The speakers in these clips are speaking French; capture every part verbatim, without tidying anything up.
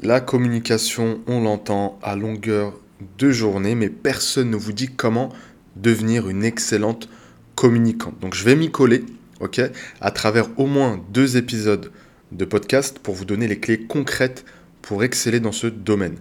La communication, on l'entend à longueur de journée, mais personne ne vous dit comment devenir une excellente communicante. Donc je vais m'y coller, ok, à travers au moins deux épisodes de podcast pour vous donner les clés concrètes pour exceller dans ce domaine.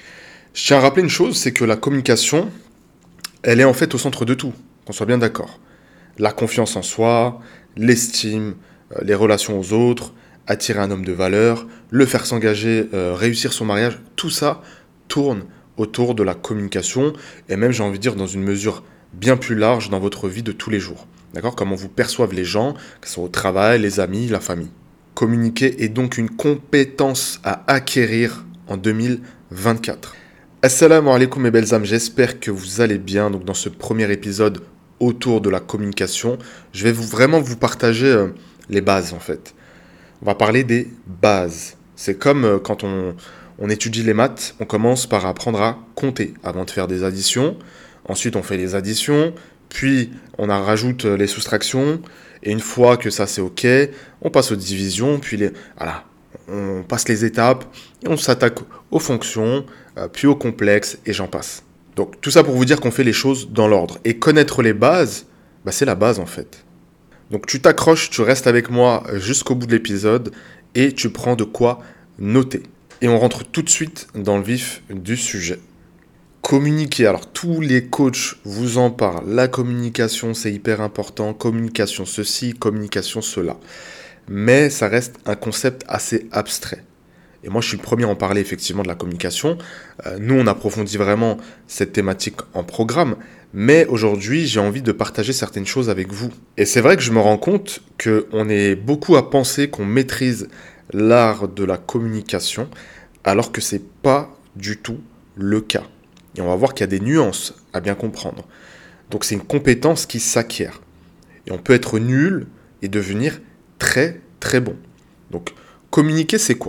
Je tiens à rappeler une chose, c'est que la communication, elle est en fait au centre de tout, qu'on soit bien d'accord. La confiance en soi, l'estime, euh, les relations aux autres, attirer un homme de valeur, le faire s'engager, euh, réussir son mariage, tout ça tourne autour de la communication et même, j'ai envie de dire, dans une mesure bien plus large dans votre vie de tous les jours. D'accord ? Comment vous perçoivent les gens, que ce soit au travail, les amis, la famille. Communiquer est donc une compétence à acquérir en deux mille vingt-quatre. Assalamu alaikum mes belles âmes, j'espère que vous allez bien. Donc dans ce premier épisode autour de la communication, je vais vous, vraiment vous partager euh, les bases en fait. On va parler des bases. C'est comme euh, quand on, on étudie les maths, on commence par apprendre à compter avant de faire des additions. Ensuite on fait les additions, puis on a, rajoute les soustractions. Et une fois que ça c'est ok, on passe aux divisions, puis les, voilà, on passe les étapes et on s'attaque aux fonctions, euh, puis aux complexes et j'en passe. Donc tout ça pour vous dire qu'on fait les choses dans l'ordre. Et connaître les bases, bah, c'est la base en fait. Donc tu t'accroches, tu restes avec moi jusqu'au bout de l'épisode et tu prends de quoi noter. Et on rentre tout de suite dans le vif du sujet. Communiquer, alors tous les coachs vous en parlent. La communication c'est hyper important, communication ceci, communication cela. Mais ça reste un concept assez abstrait. Et moi, je suis le premier à en parler effectivement de la communication. Euh, nous, on approfondit vraiment cette thématique en programme. Mais aujourd'hui, j'ai envie de partager certaines choses avec vous. Et c'est vrai que je me rends compte qu'on est beaucoup à penser qu'on maîtrise l'art de la communication, alors que ce n'est pas du tout le cas. Et on va voir qu'il y a des nuances à bien comprendre. Donc c'est une compétence qui s'acquiert. Et on peut être nul et devenir très très bon. Donc communiquer, c'est quoi ?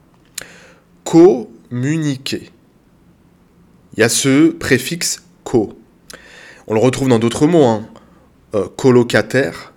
Communiquer. Il y a ce préfixe co. On le retrouve dans d'autres mots, hein. euh, colocataire,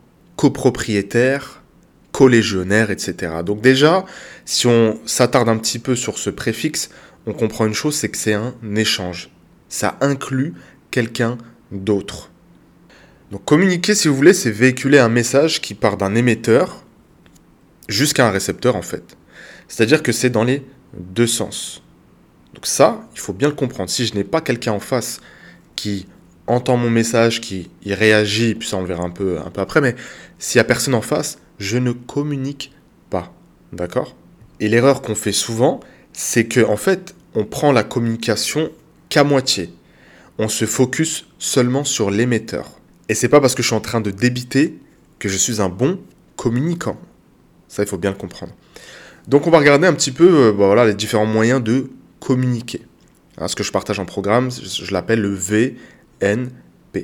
copropriétaire, collégionnaire, et cetera. Donc déjà, si on s'attarde un petit peu sur ce préfixe, on comprend une chose, c'est que c'est un échange. Ça inclut quelqu'un d'autre. Donc communiquer, si vous voulez, c'est véhiculer un message qui part d'un émetteur jusqu'à un récepteur, en fait. C'est-à-dire que c'est dans les deux sens. Donc ça, il faut bien le comprendre. Si je n'ai pas quelqu'un en face qui entend mon message, qui y réagit, puis ça on le verra un peu, un peu après, mais s'il n'y a personne en face, je ne communique pas. D'accord ? Et l'erreur qu'on fait souvent, c'est qu'en en fait, on prend la communication qu'à moitié. On se focus seulement sur l'émetteur. Et c'est pas parce que je suis en train de débiter que je suis un bon communicant. Ça, il faut bien le comprendre. Donc on va regarder un petit peu euh, bah, voilà, les différents moyens de communiquer. Hein, ce que je partage en programme, je, je l'appelle le V N P.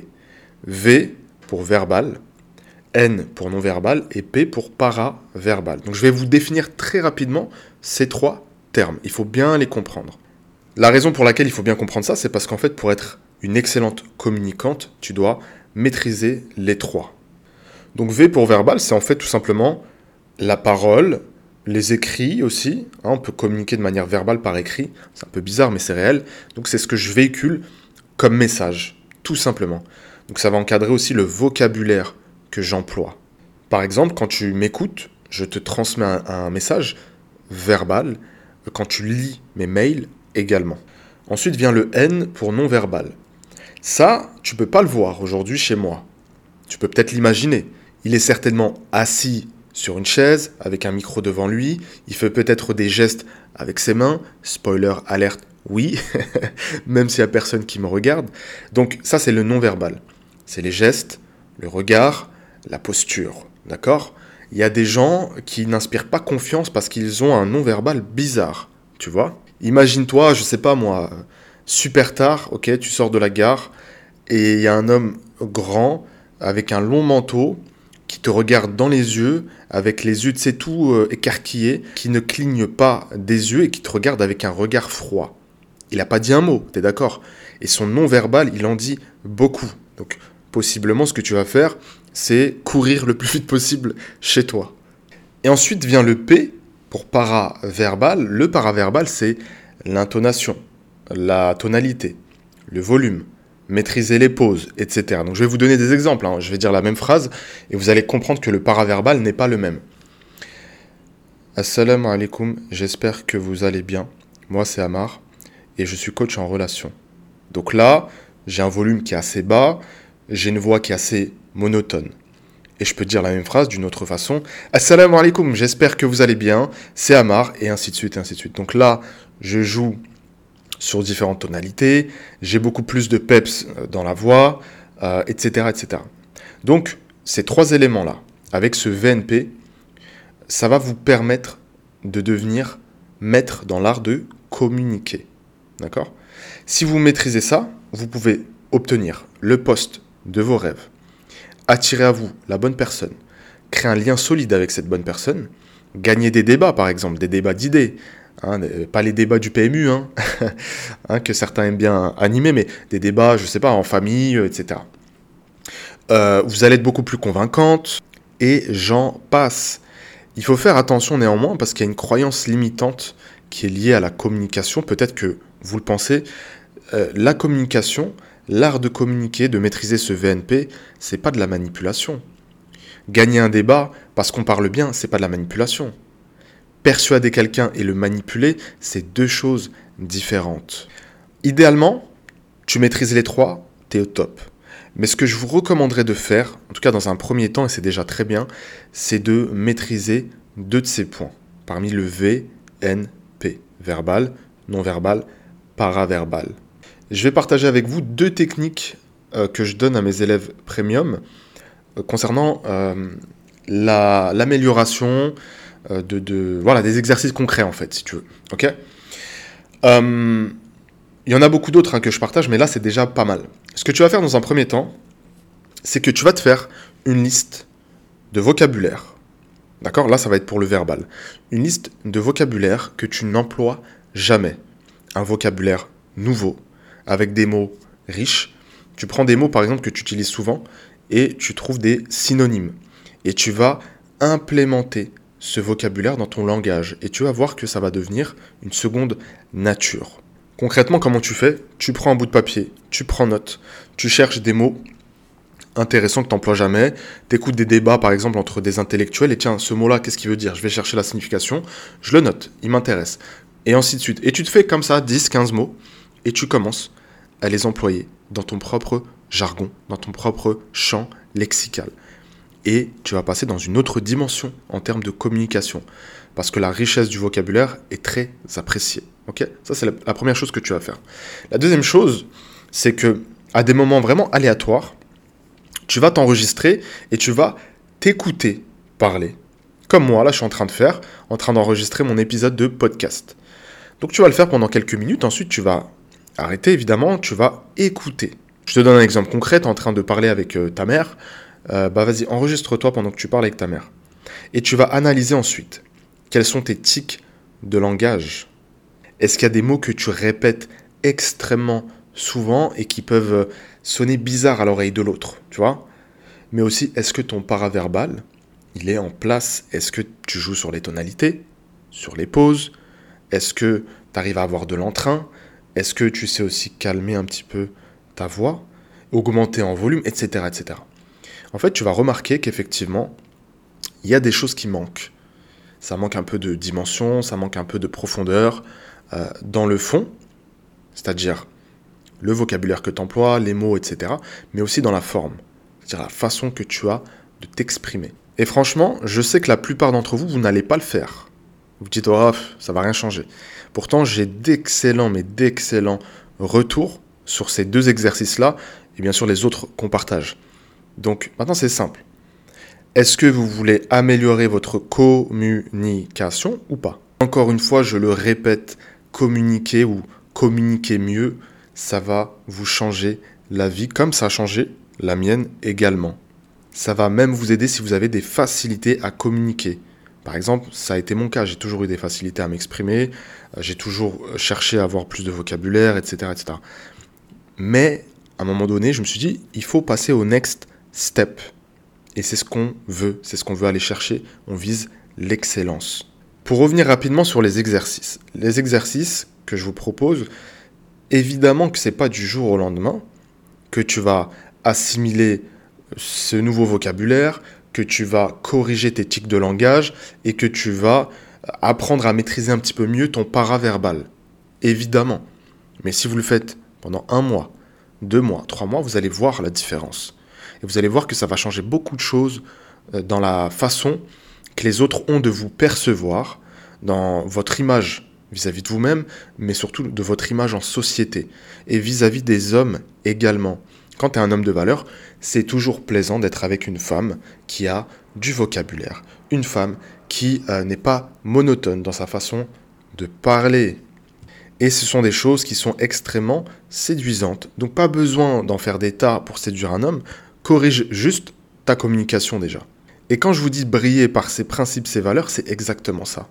V pour verbal, N pour non-verbal et P pour paraverbal. Donc je vais vous définir très rapidement ces trois termes. Il faut bien les comprendre. La raison pour laquelle il faut bien comprendre ça, c'est parce qu'en fait, pour être une excellente communicante, tu dois maîtriser les trois. Donc V pour verbal, c'est en fait tout simplement la parole, les écrits aussi, hein, on peut communiquer de manière verbale par écrit, c'est un peu bizarre mais c'est réel, donc c'est ce que je véhicule comme message, tout simplement. Donc ça va encadrer aussi le vocabulaire que j'emploie. Par exemple, quand tu m'écoutes, je te transmets un, un message verbal, quand tu lis mes mails également. Ensuite vient le N pour non-verbal. Ça, tu peux pas le voir aujourd'hui chez moi. Tu peux peut-être l'imaginer. Il est certainement assis sur une chaise, avec un micro devant lui, il fait peut-être des gestes avec ses mains, spoiler alerte, oui, même s'il n'y a personne qui me regarde. Donc ça c'est le non-verbal, c'est les gestes, le regard, la posture, d'accord ? Il y a des gens qui n'inspirent pas confiance parce qu'ils ont un non-verbal bizarre, tu vois ? Imagine-toi, je sais pas moi, super tard, ok, tu sors de la gare, et il y a un homme grand, avec un long manteau, qui te regarde dans les yeux, avec les yeux, tu sais, tout euh, écarquillés, qui ne cligne pas des yeux et qui te regarde avec un regard froid. Il n'a pas dit un mot, t'es d'accord ? Et son non-verbal, il en dit beaucoup. Donc, possiblement, ce que tu vas faire, c'est courir le plus vite possible chez toi. Et ensuite vient le P Pour paraverbal, le paraverbal, c'est l'intonation, la tonalité, le volume, maîtriser les pauses, et cetera. Donc je vais vous donner des exemples, hein. Je vais dire la même phrase et vous allez comprendre que le paraverbal n'est pas le même. Assalamu alaikum, j'espère que vous allez bien. Moi c'est Amar et je suis coach en relation. Donc là, j'ai un volume qui est assez bas, j'ai une voix qui est assez monotone. Et je peux dire la même phrase d'une autre façon. Assalamu alaikum, j'espère que vous allez bien, c'est Amar, et ainsi de suite, et ainsi de suite. Donc là, je joue sur différentes tonalités, j'ai beaucoup plus de peps dans la voix, euh, et cetera, et cetera. Donc, ces trois éléments-là, avec ce V N P, ça va vous permettre de devenir maître dans l'art de communiquer. D'accord ? Si vous maîtrisez ça, vous pouvez obtenir le poste de vos rêves, attirer à vous la bonne personne, créer un lien solide avec cette bonne personne, gagner des débats par exemple, des débats d'idées, hein, pas les débats du P M U, hein, hein, que certains aiment bien animer, mais des débats, je sais pas, en famille, et cetera. Euh, vous allez être beaucoup plus convaincante, et j'en passe. Il faut faire attention néanmoins parce qu'il y a une croyance limitante qui est liée à la communication. Peut-être que vous le pensez, euh, la communication, l'art de communiquer, de maîtriser ce V N P, c'est pas de la manipulation. Gagner un débat parce qu'on parle bien, c'est pas de la manipulation. Persuader quelqu'un et le manipuler, c'est deux choses différentes. Idéalement, tu maîtrises les trois, t'es au top. Mais ce que je vous recommanderais de faire, en tout cas dans un premier temps, et c'est déjà très bien, c'est de maîtriser deux de ces points, parmi le V N P, verbal, non-verbal, paraverbal. Je vais partager avec vous deux techniques euh, que je donne à mes élèves premium euh, concernant euh, la, l'amélioration euh, de, de, voilà, des exercices concrets en fait, si tu veux. Okay euh, il y en a beaucoup d'autres hein, que je partage, mais là c'est déjà pas mal. Ce que tu vas faire dans un premier temps, c'est que tu vas te faire une liste de vocabulaire. D'accord ? Là ça va être pour le verbal. Une liste de vocabulaire que tu n'emploies jamais. Un vocabulaire nouveau, avec des mots riches. Tu prends des mots par exemple que tu utilises souvent et tu trouves des synonymes. Et tu vas implémenter ce vocabulaire dans ton langage. Et tu vas voir que ça va devenir une seconde nature. Concrètement, comment tu fais ? Tu prends un bout de papier, tu prends note, tu cherches des mots intéressants que tu n'emploies jamais, tu écoutes des débats par exemple entre des intellectuels et tiens, ce mot-là, qu'est-ce qu'il veut dire ? Je vais chercher la signification, je le note, il m'intéresse. Et ainsi de suite. Et tu te fais comme ça dix quinze mots et tu commences à les employer dans ton propre jargon, dans ton propre champ lexical. Et tu vas passer dans une autre dimension en termes de communication. Parce que la richesse du vocabulaire est très appréciée. Okay ? Ça, c'est la, la première chose que tu vas faire. La deuxième chose, c'est que à des moments vraiment aléatoires, tu vas t'enregistrer et tu vas t'écouter parler. Comme moi, là, je suis en train de faire, en train d'enregistrer mon épisode de podcast. Donc, tu vas le faire pendant quelques minutes. Ensuite, tu vas arrêter, évidemment. Tu vas écouter. Je te donne un exemple concret. Tu es en train de parler avec euh, ta mère. Euh, bah, vas-y, enregistre-toi pendant que tu parles avec ta mère. Et tu vas analyser ensuite. Quels sont tes tics de langage ? Est-ce qu'il y a des mots que tu répètes extrêmement souvent et qui peuvent sonner bizarre à l'oreille de l'autre, tu vois ? Mais aussi, est-ce que ton paraverbal, il est en place ? Est-ce que tu joues sur les tonalités, sur les pauses ? Est-ce que tu arrives à avoir de l'entrain ? Est-ce que tu sais aussi calmer un petit peu ta voix, augmenter en volume, et cetera, et cetera. En fait, tu vas remarquer qu'effectivement, il y a des choses qui manquent. Ça manque un peu de dimension, ça manque un peu de profondeur euh, dans le fond, c'est-à-dire le vocabulaire que tu emploies, les mots, et cetera, mais aussi dans la forme, c'est-à-dire la façon que tu as de t'exprimer. Et franchement, je sais que la plupart d'entre vous, vous n'allez pas le faire. Vous vous dites, oh, ça va rien changer. Pourtant, j'ai d'excellents, mais d'excellents retours sur ces deux exercices-là, et bien sûr les autres qu'on partage. Donc, maintenant, c'est simple. Est-ce que vous voulez améliorer votre communication ou pas ? Encore une fois, je le répète, communiquer ou communiquer mieux, ça va vous changer la vie, comme ça a changé la mienne également. Ça va même vous aider si vous avez des facilités à communiquer. Par exemple, ça a été mon cas, j'ai toujours eu des facilités à m'exprimer, j'ai toujours cherché à avoir plus de vocabulaire, et cetera, et cetera. Mais, à un moment donné, je me suis dit, il faut passer au next step. Et c'est ce qu'on veut, c'est ce qu'on veut aller chercher, on vise l'excellence. Pour revenir rapidement sur les exercices. Les exercices que je vous propose, évidemment que ce n'est pas du jour au lendemain que tu vas assimiler ce nouveau vocabulaire, que tu vas corriger tes tics de langage et que tu vas apprendre à maîtriser un petit peu mieux ton paraverbal. Évidemment. Mais si vous le faites pendant un mois, deux mois, trois mois, vous allez voir la différence. Et vous allez voir que ça va changer beaucoup de choses dans la façon que les autres ont de vous percevoir, dans votre image vis-à-vis de vous-même, mais surtout de votre image en société et vis-à-vis des hommes également. Quand tu es un homme de valeur, c'est toujours plaisant d'être avec une femme qui a du vocabulaire, une femme qui euh, n'est pas monotone dans sa façon de parler. Et ce sont des choses qui sont extrêmement séduisantes. Donc pas besoin d'en faire des tas pour séduire un homme, corrige juste ta communication déjà. Et quand je vous dis briller par ses principes, ses valeurs, c'est exactement ça.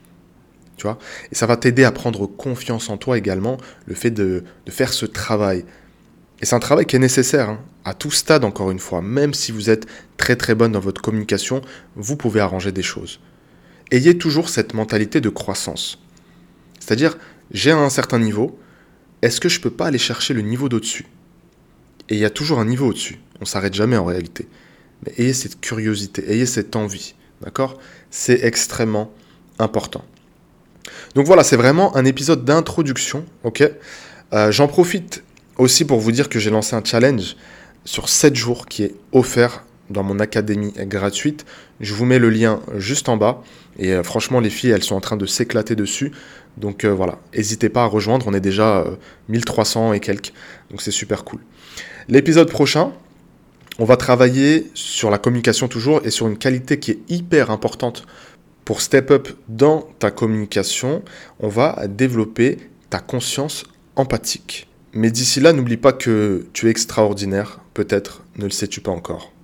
Tu vois ? Et ça va t'aider à prendre confiance en toi également, le fait de, de faire ce travail. Et c'est un travail qui est nécessaire, hein, à tout stade encore une fois. Même si vous êtes très très bonne dans votre communication, vous pouvez arranger des choses. Ayez toujours cette mentalité de croissance. C'est-à-dire, j'ai un certain niveau, est-ce que je ne peux pas aller chercher le niveau d'au-dessus ? Et il y a toujours un niveau au-dessus, on ne s'arrête jamais en réalité. Mais ayez cette curiosité, ayez cette envie, d'accord ? C'est extrêmement important. Donc voilà, c'est vraiment un épisode d'introduction, ok ? euh, J'en profite aussi pour vous dire que j'ai lancé un challenge sur sept jours qui est offert dans mon académie gratuite. Je vous mets le lien juste en bas. Et euh, franchement, les filles, elles sont en train de s'éclater dessus. Donc euh, voilà, n'hésitez pas à rejoindre. On est déjà euh, mille trois cents et quelques. Donc c'est super cool. L'épisode prochain, on va travailler sur la communication toujours et sur une qualité qui est hyper importante pour step up dans ta communication. On va développer ta conscience empathique. Mais d'ici là, n'oublie pas que tu es extraordinaire. Peut-être ne le sais-tu pas encore.